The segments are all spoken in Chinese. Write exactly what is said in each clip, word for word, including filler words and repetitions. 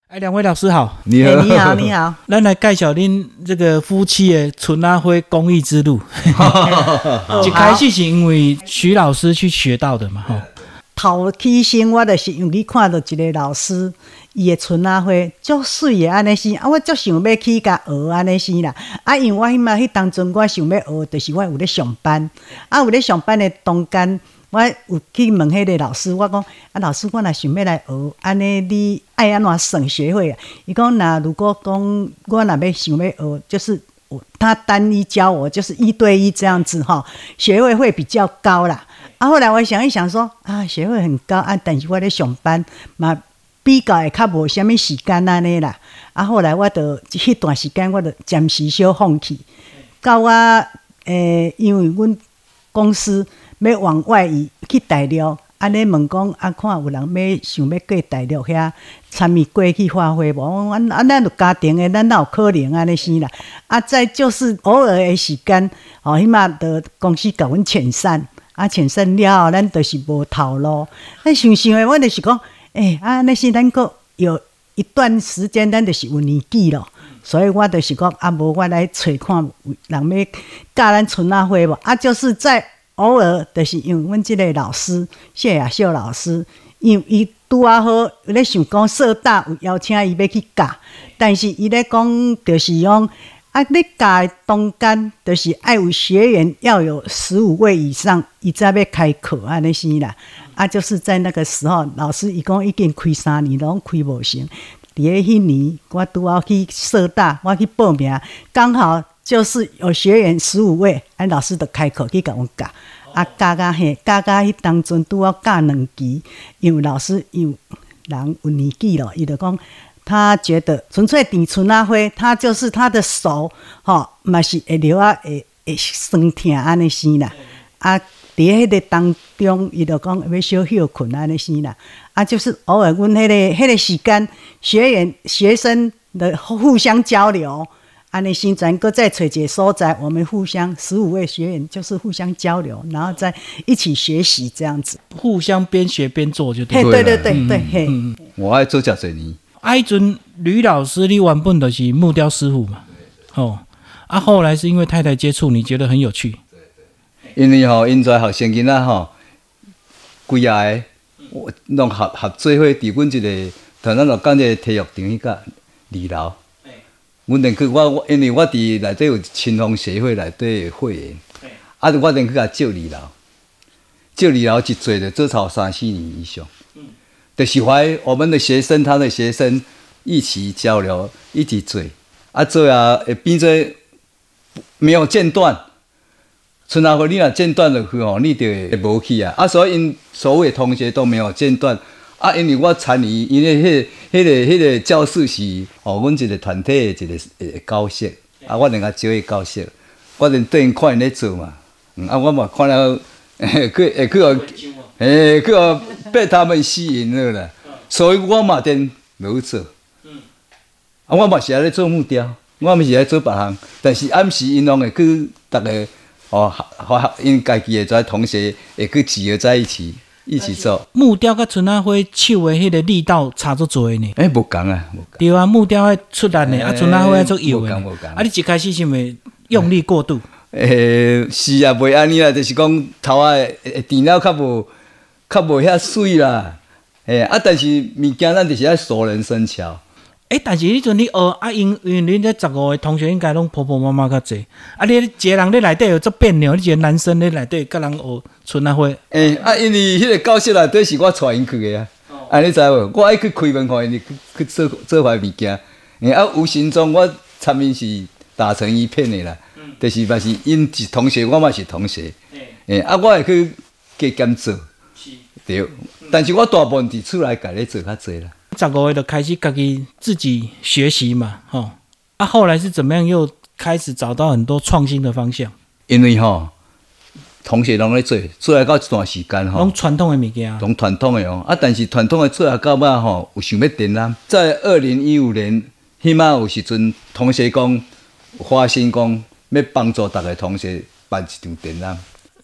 哎，两位老师好， 你好， 欸、你好，你好。 咱来介绍恁这个夫妻的春阿花公益之路。一开始是因为徐老师去学到的嘛，吼。 头起先我就是因为你看到一个老师，伊的春阿花足水的安尼生，啊，我足想要去甲学安尼生啦。啊，因为我迄马迄当阵我想要学，就是我有咧上班，啊，有咧上班的中间。我有去问迄个老师，我讲啊，老师，我若想要来学，安尼你爱安怎算学费啊？伊讲，那如果讲我若要想要学，就是他单一教我，就是一对一这样子哈，学费会比较高啦。啊，后来我想一想说，啊，学费很高啊，但是我咧上班嘛，比较会较无啥物时间安尼啦。啊，后来我就迄段时间我就暂时小放弃，到我诶、欸，因为阮公司。要往外移去大陆，安尼问讲啊，看有人要想要过大陆遐参与过去发挥无？我讲啊，咱有家庭的，咱哪有可能安尼生啦？啊，再就是偶尔的时间，吼、哦，起码的公司甲阮遣散，啊，遣散了后，咱就是无头路。咱想想的，我就是讲，诶、欸，啊，那是咱个有一段时间，咱就是有年纪咯。所以我就是讲，啊，无我来找看人要教咱春阿花无？啊，就是在。偶尔就是因为阮即个老师谢亚秀老师，因为伊拄啊好，咧想讲社大有邀请伊要去教，但是伊咧讲就是讲啊，你教的中间就是爱有学员要有十五位以上，伊才要开课安尼生啦。啊，就是在那个时候，老师伊讲已经开三年，拢开无成。伫咧迄年，我拄啊去社大，我去报名，刚好。就是有学员十五位，啊，老师就开课去甲阮教，啊，教教嘿，教教迄当阵拄要教两期，因为老师因为人有年纪咯，伊就讲他觉得纯粹伫春阿花，他就是他的手，吼、哦，嘛是会流啊，会会酸痛安尼生啦，啊，伫迄个当中，伊就讲要小休困安尼生啦，啊，就是偶尔阮迄个迄个时间，学员学生的互相交流。安尼新咱搁再找一个所在，我们互相十五位学员就是互相交流，然后再一起学习这样子， 互相边学边做就对。 对对对对对，嘿、 嗯。我爱做遮侪年。 啊，迄阵吕老师你原本就是木雕师傅嘛，哦，啊，后来是因为太太接触，你觉得很有趣。 因为吼，因在学生囡仔吼，规下个拢合合做伙伫阮一个，头咱就讲一个体育场迄个二楼。阮连去我我，因为我伫内底有青风协会内底的会员，啊，我连去甲借二楼，借二楼一做就做超三四年以上。嗯，就是怀我们的学生，他的学生一起交流，一起做，啊做啊会变做没有间断。春阿花你若间断落去吼，你就会无去啊。啊，所以因所有的同学都没有间断。啊，因为我参与，因为迄、那个、迄个、迄个教室是哦，阮一个团体的一个诶教室，啊，我两个招伊教室，我连对因看因咧做嘛，嗯，啊，我嘛看了，诶，去会去互，诶，去互被他们吸引了啦，所以我嘛then落去做，啊，我嘛是爱咧做木雕，我嘛是爱做别项，但是暗时因拢会去逐个哦，因家己的跩同学会去集合在一起。一起做木雕甲春阿花手的迄个力道差足多呢。 诶、欸，无共啊，无共。 对啊，木雕爱出力的，欸、啊，春阿花爱足摇的。 无共无共。 啊，你一开始是咪用力过度？ 诶、欸，是啊，袂安尼啦，就是讲头啊，电脑较无较无遐水啦。诶、欸，啊，但是物件咱就是爱熟能生巧。 诶、欸，但是迄阵你学啊，因因为恁这十五个同学应该拢婆婆妈妈较济，啊，你一个人咧内底有做别扭，你一个男生咧内底甲人学春阿花。 诶、欸，啊，因为迄个教室内底是我带因去的啊，啊、哦，你知无？我爱去开门看因去去做做坏物件，诶、啊，无形中我参与是打成一片的啦，嗯、就是嘛是因是同学，我嘛是同学，诶、欸，啊，我会去加减做，对，嗯、但是我大部分伫厝内家咧做较济啦。 十五岁就开始自己自己学习嘛，吼啊，后来是怎么样又开始找到很多创新的方向？ 因为吼，同学拢咧做，做来到一段时间吼， 拢传统的物件， 拢传统的哦。啊，但是传统的做来到尾吼，有想要展览。在二零一五年，起码有时阵同学讲发心讲要帮助大家同学办一场展览。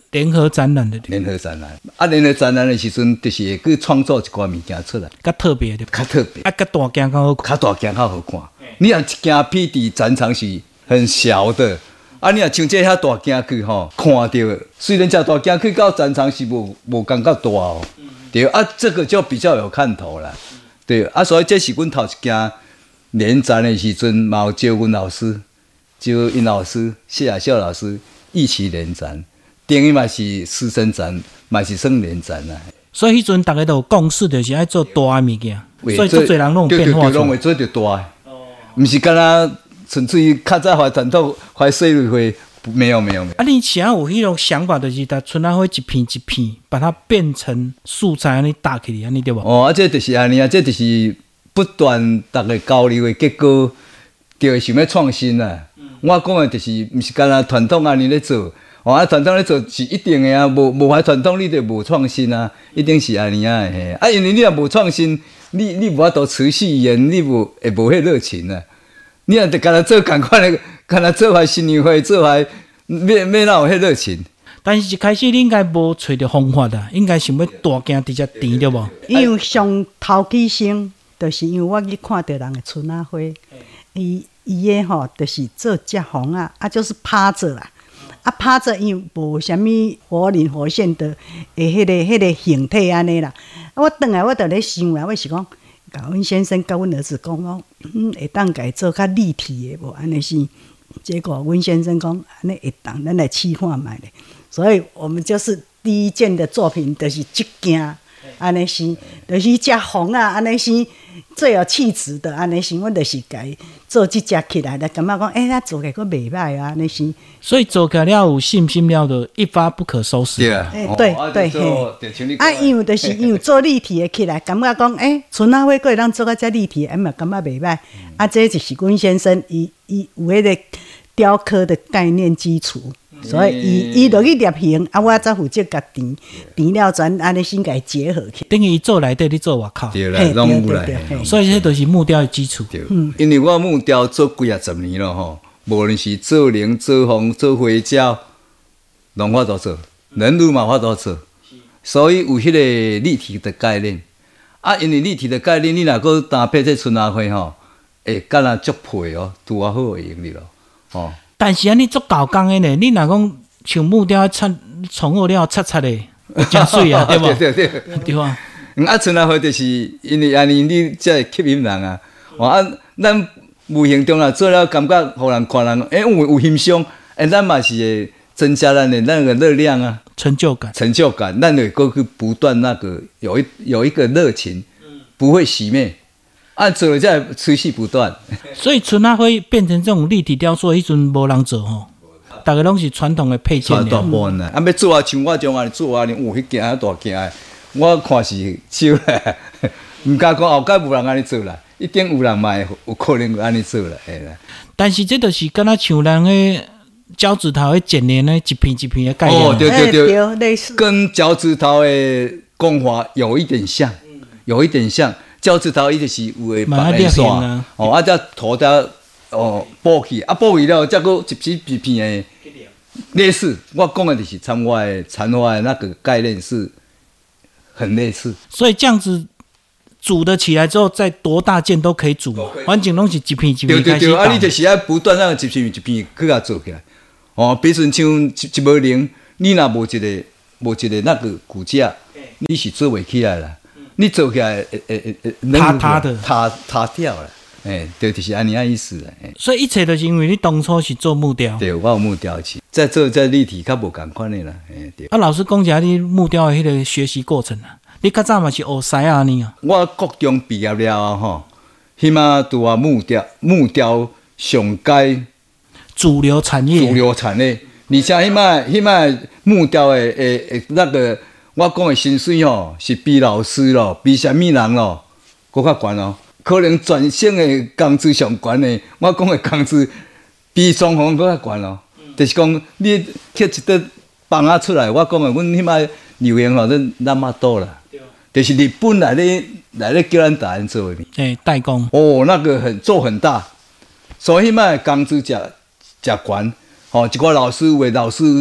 联合展览的， 联合展览，啊，联合展览的时阵，就是会去创作一寡物件出来， 较特别的， 较特别， 啊，较大件较好看， 较大件较好看。你若一件屁伫展场是很小的，啊，你若像这遐大件去吼，看到虽然这大件去到展场是无无感觉大哦，对啊，这个就比较有看头啦，对啊，所以这是阮头一件联展的时阵，嘛有招阮老师，招殷老师、谢亚秀老师一起联展，等于嘛是师生展，嘛是算联展啦。 所以迄阵大家都有共识，就是爱做大的物件，所以足侪人拢有变化出来， 拢会做着大的。毋是干那纯粹较早怀传统怀细蕊花，没有没有没有。 啊，你想要有迄种想法，就是把春花花一片一片，把它变成素材，安尼搭起来，安尼对无？ 哦，啊，这就是安尼啊，这就是不断大家交流的结果，就会想要创新啦。嗯、我讲的就是，毋是干那传统安尼咧做，哦，啊，传统咧做是一定的啊，无无怀传统，你就无创新啊，一定是安尼啊，嘿，啊，因为你若无创新。你你无法度持续演，你无会无迄热情啊！你若得干那做共款的，干那做怀新年会，做怀要要哪有迄热情？ 但是一开始你应该无找着方法啦，应该想要大件直接甜对无？ 因为上头起先，就是因为我去看到人的春仔花，伊伊个吼，就是做遮红啊，啊就是趴着啊。啊，趴着因为无啥物活灵活现的诶，迄、那个迄、那个形体安尼啦。啊，我转来我就咧想啦，我是讲，甲阮先生甲阮儿子讲讲，嗯，会当家做较立体的无？安尼是，结果阮先生讲，安尼会当，咱来试看卖咧。所以我们就是第一件的作品，就是即件，安尼是，就是遮红啊，安尼是最有气质的，安尼是，阮就是家做即只起来，来感觉讲，诶、欸，咱做起佫袂歹啊，安尼是。 所以做起来了有信心了的，一发不可收拾。 对啊， 欸、对、哦、对嘿。啊，因为就是因为做立体的起来，感觉讲，诶、欸，春仔花佫会当做到遮立体，哎嘛，感觉袂歹。嗯、啊，这就是阮先生伊伊有迄个雕刻的概念基础。所以伊伊落去摄形，啊，我则负责甲填填了全安尼先甲伊结合起。 等于伊做内底，你做外口。 对啦，拢有来。 所以这都是木雕的基础。 对，因为我木雕做几啊十年了吼，无论是做灵、做风、做花胶，拢法度做，人物嘛法度做，所以有迄个立体的概念。啊，因为立体的概念，你若搁搭配这春仔花吼，会敢若足配哦，拄啊好会用哩咯，哦。 但是安尼足搞工的呢，你若讲像木雕擦从好了擦擦的，真水啊，对无？ 对对对， 对啊。 啊，春仔花就是因为安尼，你才会吸引人啊。哦啊，咱无形中啦做了，感觉互人看人，诶、欸、有有欣赏，诶、欸、咱嘛是会增加咱的那个热量啊， 成就感， 成就感，咱会过去不断那个有一有一个热情，不会熄灭。按做了才持续不断， 所以春仔花变成这种立体雕塑，迄阵无人做吼，大家拢是传统的配件。传统般啦，啊，要做啊，像我种安尼做啊，有迄件啊大件的，我看是少啦，唔敢讲后盖无人安尼做啦，一定有人嘛会有可能安尼做啦，嘿啦。 但是这就是敢若像人迄脚趾头的剪连的一片一片的概念。 哦，对对对， 对类似， 跟脚趾头的工法有一点像，有一点像。脚趾头伊就是有诶白内线，哦，啊，再涂条哦补起，啊补起了，再搁一片一片诶类似。我讲的就是残花诶残花诶那个概念是很类似。 所以这样子煮得起来之后，再多大件都可以煮，反正拢是一片一片开始打。 对对对，啊，你就是要不断让一片一片去甲做起来。哦，比如像一一模零，你若无一个无一个那个骨架，你是做袂起来啦。你做起来，诶诶诶， 塌塌的， 塌塌掉了，诶、欸，对，就是安尼啊意思啦。欸、 所以一切都是因为你当初是做木雕， 对，我有木雕起，再做再立体，较无共款的啦。诶、欸，对。 啊，老师讲一下你木雕的迄个学习过程啊，你较早嘛是学师啊呢？ 我高中毕业了吼，起码拄啊木雕，木雕上街主流产业， 主流产业，而且起码起码木雕的诶诶那个。我讲的薪水吼，是比老师咯，比啥物人咯，搁较悬哦。可能全省的工资上悬的，我讲的工资比双方搁较悬咯。嗯、就是讲你摕一块棒仔出来，我讲的，阮迄摆留言吼，咱那么多啦。就是日本来咧来咧叫咱台湾做的。 诶，代工。 哦，那个很做很大，所以迄摆工资诚诚悬。吼、哦，一个老师有的老师。迄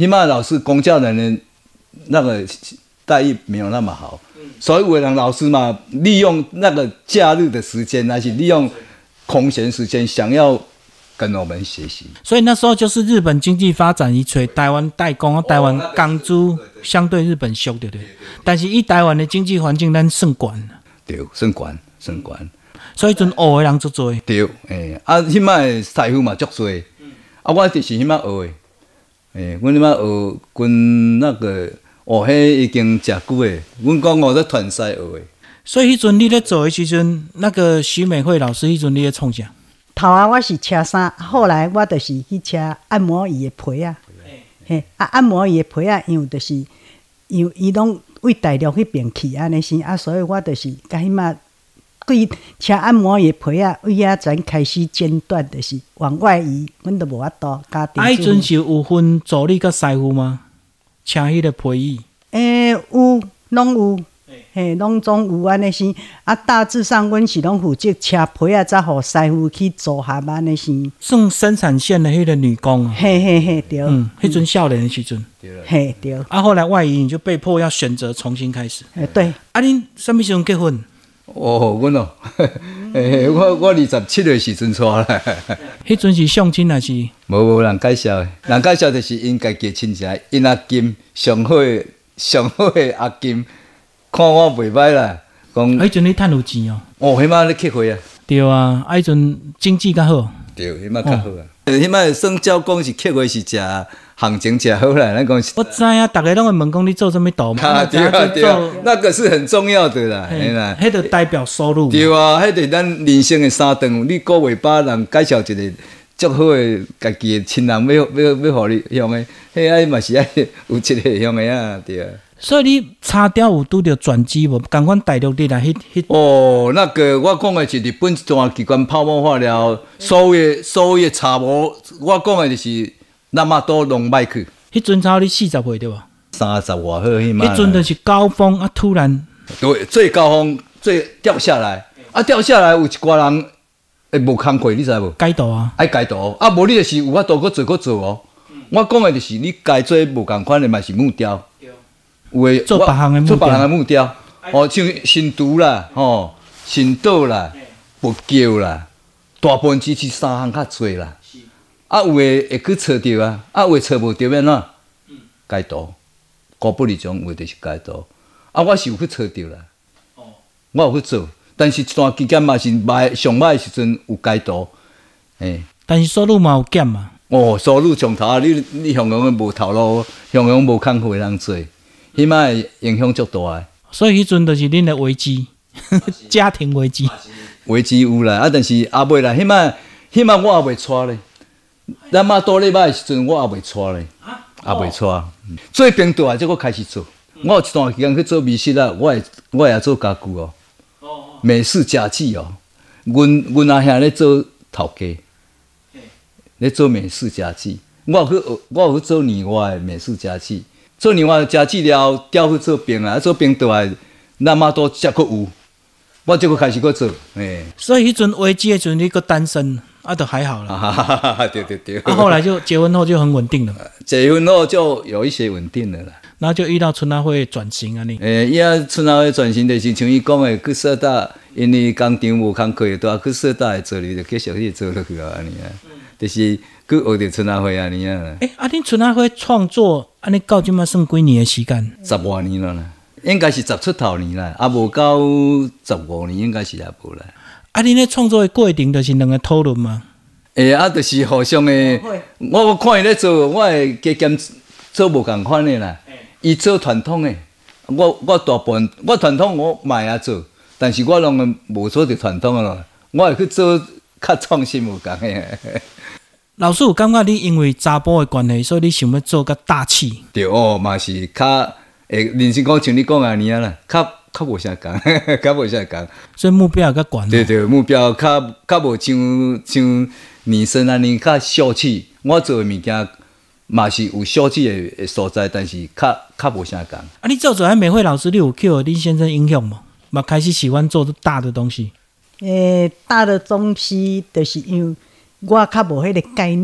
起码老师公教人的那个待遇没有那么好，所以有的人老师嘛，利用那个假日的时间，还是利用空闲时间，想要跟我们学习。 所以那时候就是日本经济发展，伊找台湾代工，啊，台湾工资相对日本俗，对不对？但是以台湾的经济环境，咱算悬， 对，算悬，算悬。 所以阵学的人足多。 对，诶、欸，啊，迄摆的师傅嘛足多，啊，我就是迄摆学的，诶、欸，阮迄摆学跟那个哦，迄已经诚久诶，阮讲我在团师学的。 所以迄阵你咧做的时阵，那个徐美惠老师迄阵你咧创啥？ 头啊，我是车衫，后来我就是去车按摩椅的皮啊，嘿，啊，按摩椅的皮啊，因为就是因为伊拢为大陆迄边去安尼先，啊，所以我就是甲迄马对车按摩椅的皮啊，为遐转开始间断，就是往外移，阮都无法度家庭。 啊，迄阵是有分助理甲师傅吗？请迄个皮椅？ 诶、欸，有，拢有。嘿，拢总有安尼先，啊，大致上阮是拢负责车皮啊，才互师傅去组合安尼先。 算生产线的迄个女工啊。 嘿嘿嘿，对。 嗯，迄阵少年的时阵。 嘿，对。 啊，后来外移，你就被迫要选择重新开始。 诶，对。 啊，恁什么时阵结婚？ 哦，阮哦，诶，我我二十七岁时阵娶啦。 迄阵是相亲还是？ 无无人介绍的，人介绍就是因家己亲戚，因阿金上好的上好的阿金。看我袂歹啦，讲。 迄阵你趁有钱哦。 哦，迄摆咧客货啊。 对啊，啊迄阵经济较好。 对，迄摆较好啊。迄摆算照讲是客货是食行情食好啦，咱讲。 我知啊，逐个拢会问讲你做什么道嘛。 啊，对啊，对啊，那个是很重要的啦，嘿啦。 迄就代表收入。 对啊，迄就咱人生的三顿，你个月把人介绍一个足好的家己的亲人，要要要互你用的，迄爱嘛是爱有一个用的啊，对啊。 所以你差点有拄着转机无？共款大陆你来迄迄。 哦，那个我讲的是日本一段机关泡沫化了，所有所有差无，我讲的就是那么多拢歹去。 迄阵差你四十岁对无？ 三十外好迄嘛。 迄阵就是高峰啊，突然。 对，最高峰最掉下来，啊掉下来有一寡人会无工课，你知无？ 改道啊。 爱改道，啊无你就是有法度搁做搁做哦。我讲的就是你该做无共款的嘛是目标。有诶， 做别项的目标， 做别项的目标，哦，像新竹啦，吼，新岛啦，佛教啦，大部分只是三项较侪啦。啊，有诶会去找着啊，啊，有诶找无着要怎？改道，高不离种有诶就是改道。啊，我是有去找着啦，我有去做，但是一段期间嘛是歹上歹诶时阵有改道，诶。 但是收入嘛有减嘛。 哦，收入从头啊，你你向阳无头路，向阳无工课诶人做。迄摆影响足大诶， 所以迄阵就是恁的危机，家庭危机。 危机有啦，啊，但是也未啦。迄摆迄摆我也未娶咧，咱妈倒礼拜诶时阵我也未娶咧，也未娶。做冰岛啊，才我开始做。我有一段时间去做美食啦，我会我也做家具哦，美式家具哦。阮阮阿兄咧做头家，咧做美式家具。我有去我有去做年外诶美式家具。做另外家具了，调去做冰啊，做冰倒来，那么多才佫有，我才佫开始佫做，诶。 所以迄阵危机的时阵，你佫单身，啊，就还好了。 对对对。 啊，后来就结婚后就很稳定了。 结婚后就有一些稳定了啦。 然后就遇到春阿会转型啊，你。 诶，伊啊，春阿会转型就是像伊讲的，去社大，因为工厂无工课，都啊去社大做哩，就继续去做落去啊，安尼啊，就是。去学着春阿花安尼啊！ 诶、欸，啊，恁春阿花创作安尼到即马算几年的时间？ 十外年了啦，应该是十出头年啦，啊无到十五年应该是也无啦。 啊，恁咧创作的过程就是两个讨论吗？ 诶、欸，啊，就是互相的。我我看伊咧做，我会加减做无共款的啦。伊做传统的，我我大部分我传统我嘛会做，但是我拢无做着传统的咯，我会去做较创新无共的。 老师有感觉你因为查甫的关系，所以你想要做较大气？ 对哦，嘛是较诶，人生讲像你讲安尼啊啦，较较无啥共，较无啥共。 所以目标也较悬。 对对，目标较较无像像女生安尼较小气。我做的物件嘛是有小气的的所在，但是较较无啥共。 啊，你做做迄美惠老师，你有受李先生影响吗？嘛开始喜欢做大的东西。 诶，大的东西就是因为。我较无迄个概念，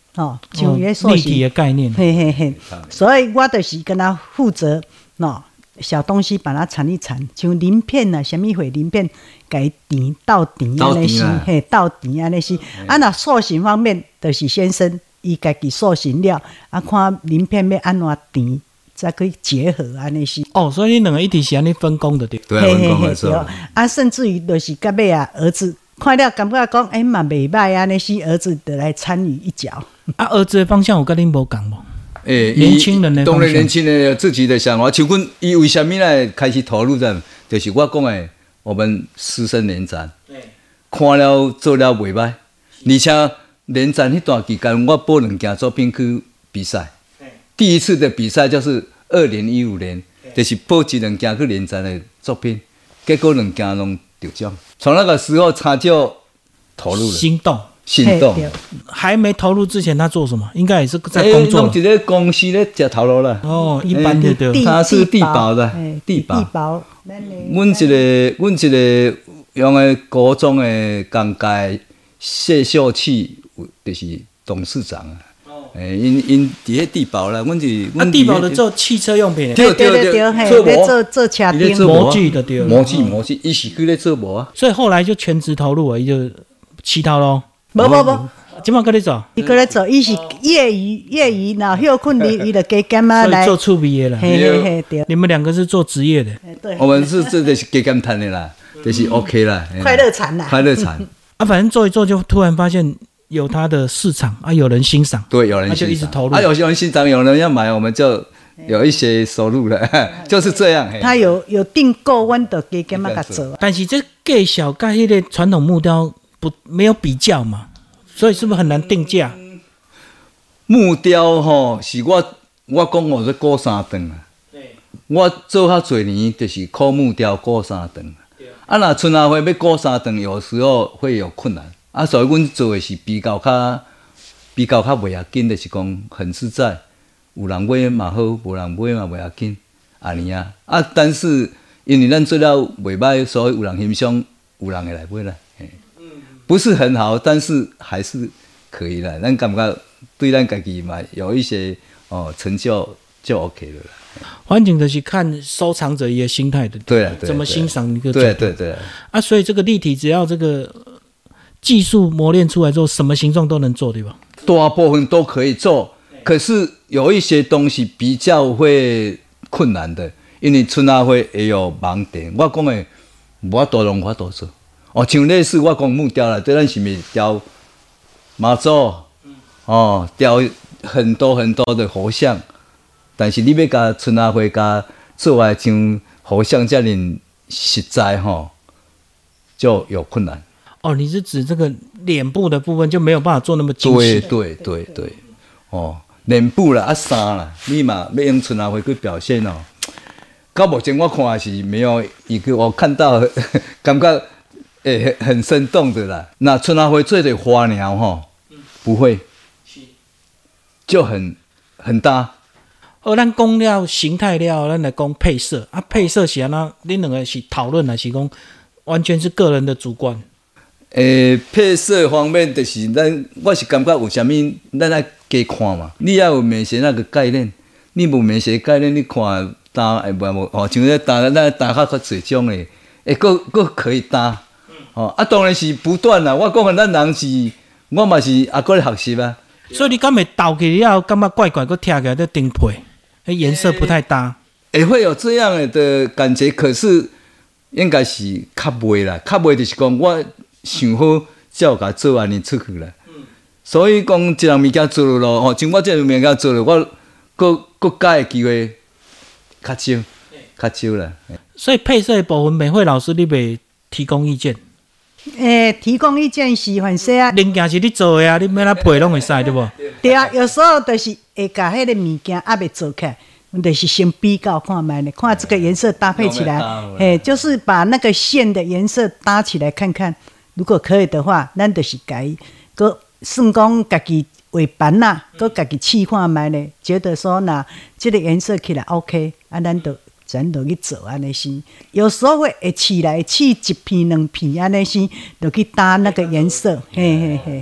哦，像伊个塑立体形， 的概念。 嘿嘿嘿，所以我就是跟他负责喏。小东西把它缠一缠，像鳞片啊，什么会鳞片，改甜倒甜安尼是，嘿倒甜安尼是。啊，那塑形方面，就是先生伊家己塑形了，啊，看鳞片要安怎甜，再去结合安尼是。 哦，所以你两个一直是安尼分工的对。 对，分工没错。 啊，甚至于就是到尾啊，儿子看了感觉讲，哎嘛袂歹安尼是，儿子就来参与一脚。 啊，儿子的方向有跟恁无共无？ 诶， 年轻人的当然年轻人有自己的想法。像阮伊为什么来开始投入在？就是我讲的，我们师生联展，看了做了袂歹，而且联展迄段期间，我报两件作品去比赛。第一次的比赛就是二零一五年，就是报一两件去联展的作品，结果两件拢得奖。从那个时候，他就投入了， 心动。 心动， 还没投入之前，他做什么？应该也是在工作。 弄一个公司咧，食头路啦。 哦，一般的对。 他是地保的，地保。 地保。 阮一个，阮一个用的高中的工界谢秀器，就是董事长啊。诶，因因伫迄地保啦，阮是。 啊，地保的做汽车用品。 对对对对，做模做做车钉。 模具的对。 模具模具，伊是去咧做模啊。 所以后来就全职投入了，伊就乞讨咯。 无无无， 今晚跟你走， 伊跟咧做，伊是业余业余，然后休困哩，伊就加减啊来做厝边的啦。 嘿嘿嘿，对。 你们两个是做职业的， 我们是这就是加减谈的啦，就是 OK 啦， 快乐产啦， 快乐产。 啊，反正做一做就突然发现有它的市场啊，有人欣赏， 对，有人欣赏， 就一直投入。 啊，有些人欣赏，有人要买，我们就有一些收入了，就是这样。 他有有订购，阮就加减啊甲做。 但是这介绍跟迄个传统木雕。不没有比较嘛，所以是不是很难定价？ 木雕吼是我我讲我是过三顿啊，我做较侪年就是靠木雕过三顿。啊，若春夏会要过三顿，有时候会有困难。啊，所以阮做的是比较较比较较袂要紧，就是讲很实在，有人买嘛好，无人买嘛袂要紧，安尼啊。啊，但是因为咱做了袂歹，所以有人欣赏，有人会来买啦。不是很好，但是还是可以的。咱感觉对咱自己嘛有一些哦成就就 OK 了啦。 环境就是看收藏者一个心态的， 对啊， 怎么欣赏一个作品，对对对。 啊，所以这个立体只要这个技术磨练出来之后，什么形状都能做，对吧？ 大部分都可以做，可是有一些东西比较会困难的，因为春夏会也有盲点。我讲的，我都拢我都做。哦，像类似我讲木雕啦，对咱是咪雕妈祖？哦，雕很多很多的佛像，但是你要甲春夏会甲做来像佛像这样实在吼，就有困难。 哦，你是指这个脸部的部分就没有办法做那么精细？ 对对对对，哦，脸部啦、啊衫啦，你嘛要用春夏会去表现哦。到目前我看是没有一个我看到感觉。诶、欸，很生动的啦。那春夏会做的花鸟吼，不会，就很很搭。 哦，咱讲了形态了，咱来讲配色啊。配色是安那？恁两个是讨论还是讲完全是个人的主观？ 诶、欸，配色方面就是咱，我是感觉有啥物，咱爱加看嘛。你要有美学那个概念，你无美学概念，你看搭诶无无哦，像咧搭咱搭较较侪种诶，诶，佫佫可以搭。哦，啊，当然是不断啦。我讲的咱人是，我嘛是啊，搁咧学习啊。 所以你敢会倒起了，感觉怪怪，搁贴起来在顶配，那颜色不太搭。 也会有这样的感觉，可是应该是较袂啦，较袂就是讲我想好才有甲做安尼出去啦。嗯、所以讲一样物件做了咯，吼，像我这样物件做了，我搁搁改的机会较少，较少啦。 所以配色的部分，美惠老师你袂提供意见。 诶，提供意见是反正啊， 零件是你做的啊，你要哪配拢会使对不？ 对啊，有时候就是会甲迄个物件还袂做起来，阮就是先比较看卖呢，看这个颜色搭配起来，嘿，就是把那个线的颜色搭起来看看，如果可以的话，咱就是改，搁算讲家己画板呐，搁家己试看卖呢，觉得说呐，这个颜色起来 OK， 啊，咱就。咱就去做安尼先，有时候会会试来试一片两片安尼先，就去搭那个颜色，嘿嘿嘿。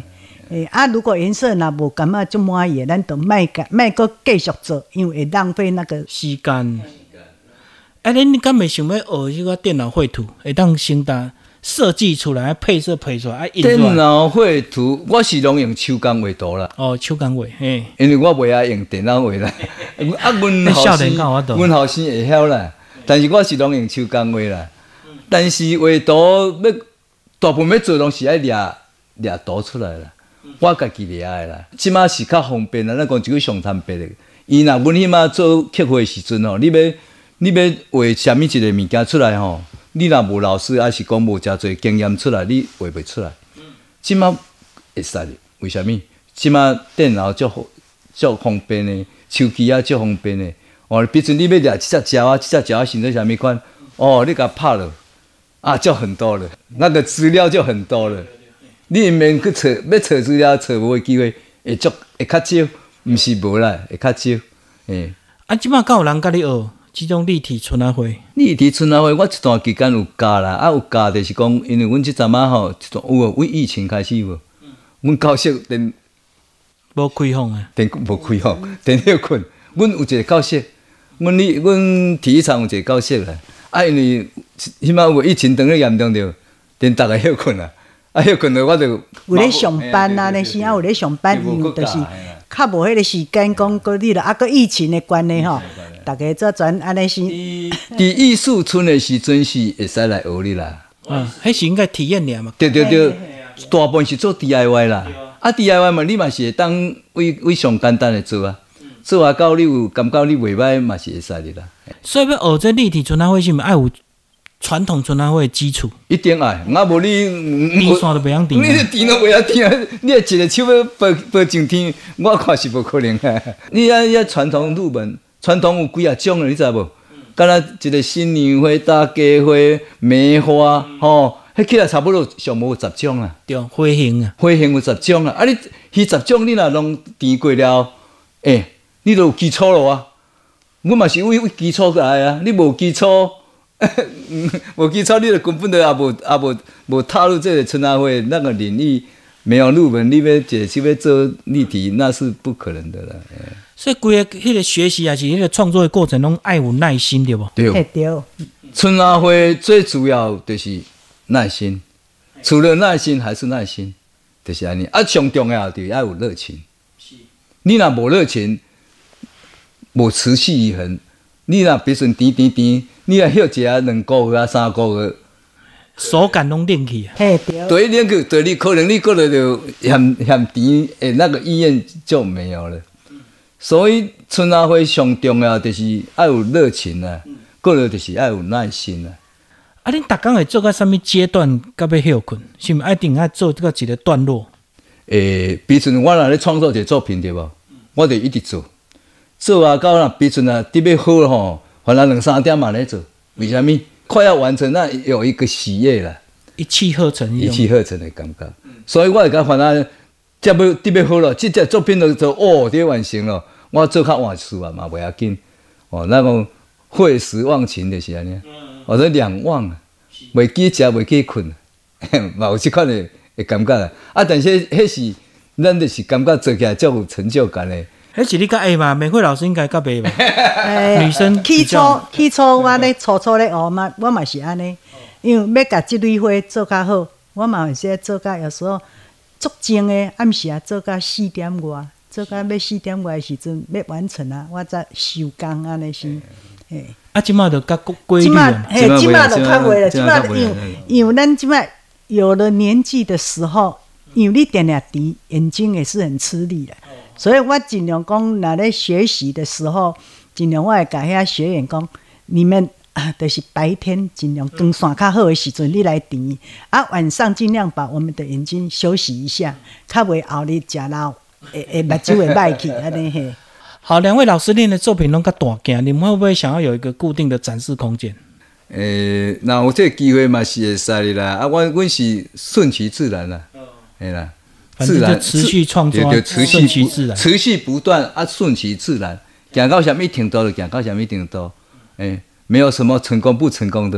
诶啊，如果颜色若无感觉足满意，咱就卖个卖个继续做，因为会浪费那个时间。啊，恁敢袂想要学迄个电脑绘图，会当先当设计出来，配色配出来，啊，印出来。 电脑绘图，我是拢用手工画图啦。 哦，手工画，嘿。 因为我袂晓用电脑画啦。啊，阮后生，阮后生会晓啦，但是我是拢用手工画啦。但是画图要大部分要做拢是爱掠掠图出来啦。我家己掠的啦。即马是较方便啦，咱讲一个上坦白的。伊若阮迄马做刻画的时阵吼，你要你要画啥物一个物件出来吼？你若无老师，还是讲无诚侪经验出来，你画袂出来。即马会使的，为虾米？即马电脑足足方便的，手机啊足方便的。哦，比如你要掠即只鸟啊，即只鸟啊，形成啥物款？哦，你甲拍了，啊，就很多了，那个资料就很多了。你毋免去找，要找资料找无机会，会足会较少，毋是无啦，会较少。诶， 啊，即马敢有人甲你学？即种立体春仔花， 立体春仔花，我一段期间有教啦，啊有教就是讲，因为阮即阵仔吼，有无？阮疫情开始有无？阮教室电无开放啊， 电无开放，电了困。阮有一个教室，阮哩阮体育场有一个教室啦。啊，因为起码有疫情当咧严重着，电逐个休困啦。啊，休困着我就有咧上班啊，那时啊有咧上班，因为就是较无迄个时间讲，搁你了啊，搁疫情的关系吼。大家做全安尼是。 伫艺术村的时阵是会使来学你啦。 嗯，迄是应该体验尔嘛。 对对对，大部分是做 D I Y 啦。啊 ，D I Y 嘛，你嘛是会当为为上简单的做啊。做啊到你有感觉你袂歹，嘛是会使的啦。 所以要学这立体春仔花，是毋爱有传统春仔花的基础？ 一定爱，我无你电线都袂晓电。 你电都袂晓电，你一个手要拨拨上天，我看是无可能啊。你啊要传统入门。传统有几啊种的，你知无？敢若一个新年花、大家花、梅花，吼，迄起来差不多上无十种啊。 对，花型啊， 花型有十种啊。啊，你迄十种你若拢填过了，诶、欸，你就有基础咯啊。我嘛是为为基础来啊。你无基础，无基础，你就根本就也无也无无踏入这个春仔花那个领域，没有入门，你要解是要做立体，那是不可能的啦。欸所以，规个迄个学习还是迄个创作的过程中，爱有耐心，对无？ 对。 对。 春仔花最主要就是耐心，除了耐心还是耐心，就是安尼。啊，上重要就是要有热情。你若无热情，无持续以恒，你若比如说甜甜甜，你若休一下两个月啊、三个月， 手感拢练去啊。 嘿，对。 对，练去，对你可能你过了就嫌嫌甜，诶，那个意愿就没有了。所以春仔花上重要就是要有热情啊，过了就是要有耐心啊。 啊，恁逐工会做到什么阶段，甲要休困？是毋是一定要做这个一个段落？ 诶，比如说我若咧创作一个作品对无，我就一直做，做啊到若比如说啊，伫要好吼，反正两三点嘛咧做。为虾米？快要完成，那有一个喜悦啦， 一气呵成， 一气呵成的感觉。所以我会甲反正。这要得要好了，这只作品就做哦，得完成了。我做较晚事啊嘛，袂要紧。哦，那个会时忘情就是安尼，或者两忘啊，袂记食，袂记困，嘛有即款的的感觉啊。啊，但是迄是咱就是感觉做起来足有成就感的。 迄是你甲 A 嘛？美惠老师应该甲 B 吧？女生起初起初我咧初初咧学嘛，我嘛是安尼，因为要甲即类花做较好，我嘛有时做甲有时候。足精诶，暗时啊做到四点外，做到要四点外诶时阵要完成啊，我才收工安尼是。嘿， 啊，即马就较规律啊。嘿，即马就较规了，即马因为因为咱即马有了年纪的时候，因为你定定甜，眼睛也是很吃力的，所以我尽量讲，若咧学习的时候，尽量我会甲遐学员讲，你们。啊，就是白天尽量光线较好的时阵，你来填啊。晚上尽量把我们的眼睛休息一下，较袂后日食老，会会目睭会歹去安尼嘿。 好，两位老师练的作品拢较大件，你们会不会想要有一个固定的展示空间？ 诶、欸，那有这个机会嘛是会使的啦。啊，我阮是顺其自然啦，嘿啦， 自然持续创作， 对对，持续顺其自然， 持续不断啊，顺其自然，行到什么程度就行到什么程度，诶、欸。没有什么成功不成功的了，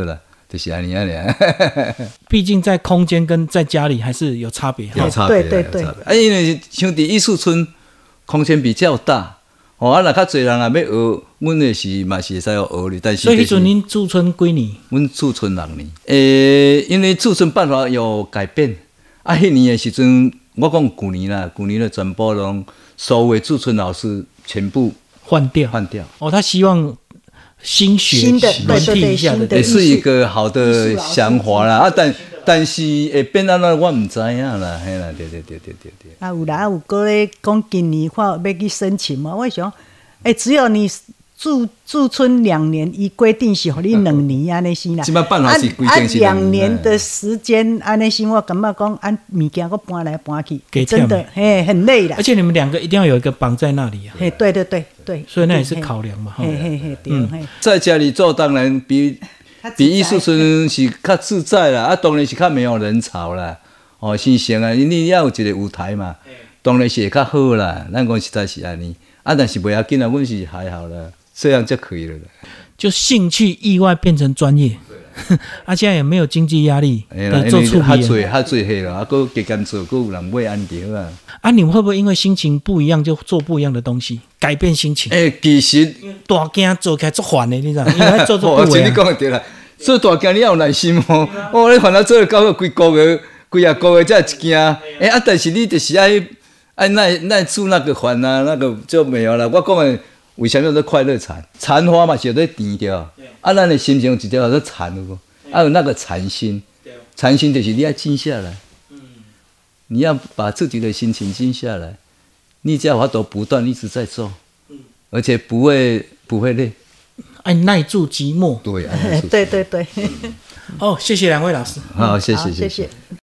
就是安尼啊尔。 毕竟在空间跟在家里还是有差别。 有差别， 对对对有差别。啊，因为像伫艺术村，空间比较大，哦，啊，若较侪人也要学，阮的是嘛是会使学哩，但是、就是。 所以迄阵恁驻村几年？ 阮驻村六年，诶、欸，因为驻村办法有改变，啊，迄年的时阵，我讲旧年啦，旧年的全部拢所有的驻村老师全部换掉， 换掉。 哦，他希望新血新的轮替一下的， 也是一个好的想法啦。啊，但但是会变安怎，我毋知影啦，嘿啦，对对对对对对。 啊，有啦，啊有个咧讲今年看要去申请嘛，我想，诶、欸，只有你驻驻村两年，伊规定是互你两年安尼先啦。 即摆办法是规定是两年。啊，两年的时间安尼先，我感觉讲，按物件搁搬来搬去，真的嘿很累啦。 而且你们两个一定要有一个绑在那里啊。 嘿，对对对对。 所以那也是考量嘛， 嘿嘿嘿，对。 嗯， 在家里做当然比比艺术村是较自在啦，啊，当然是较没有人潮啦，哦，新鲜啊，你要有一个舞台嘛，当然是会较好啦。咱讲实在是安尼，啊，但是袂要紧啊，阮是还好啦。这样就可以了。 就兴趣意外变成专业，啊，现在也没有经济压力，做处理。 较做较做下了，啊，搁加减做，搁有人买安就好啊。 啊，你们会不会因为心情不一样就做不一样的东西，改变心情？ 诶、欸，其实大件做起来足烦的，你知道？因为做做不我真你讲的对啦，做大件你要有耐心哦。哦，你烦恼做了搞个几个月、几啊个月才一件，诶、欸、啊，但是你就是爱爱耐耐做那个烦啊，那个就没有了。我讲的。为什么叫做快乐禅？禅花嘛是有在甜掉，啊，咱的心情有一条叫做禅有无？啊，有那个禅心，禅心就是你要静下来，你要把自己的心情静下来，你这样法都不断一直在做，而且不会不会累， 哎，耐住寂寞。 对， 对对对。 哦，谢谢两位老师。 好，谢谢谢谢。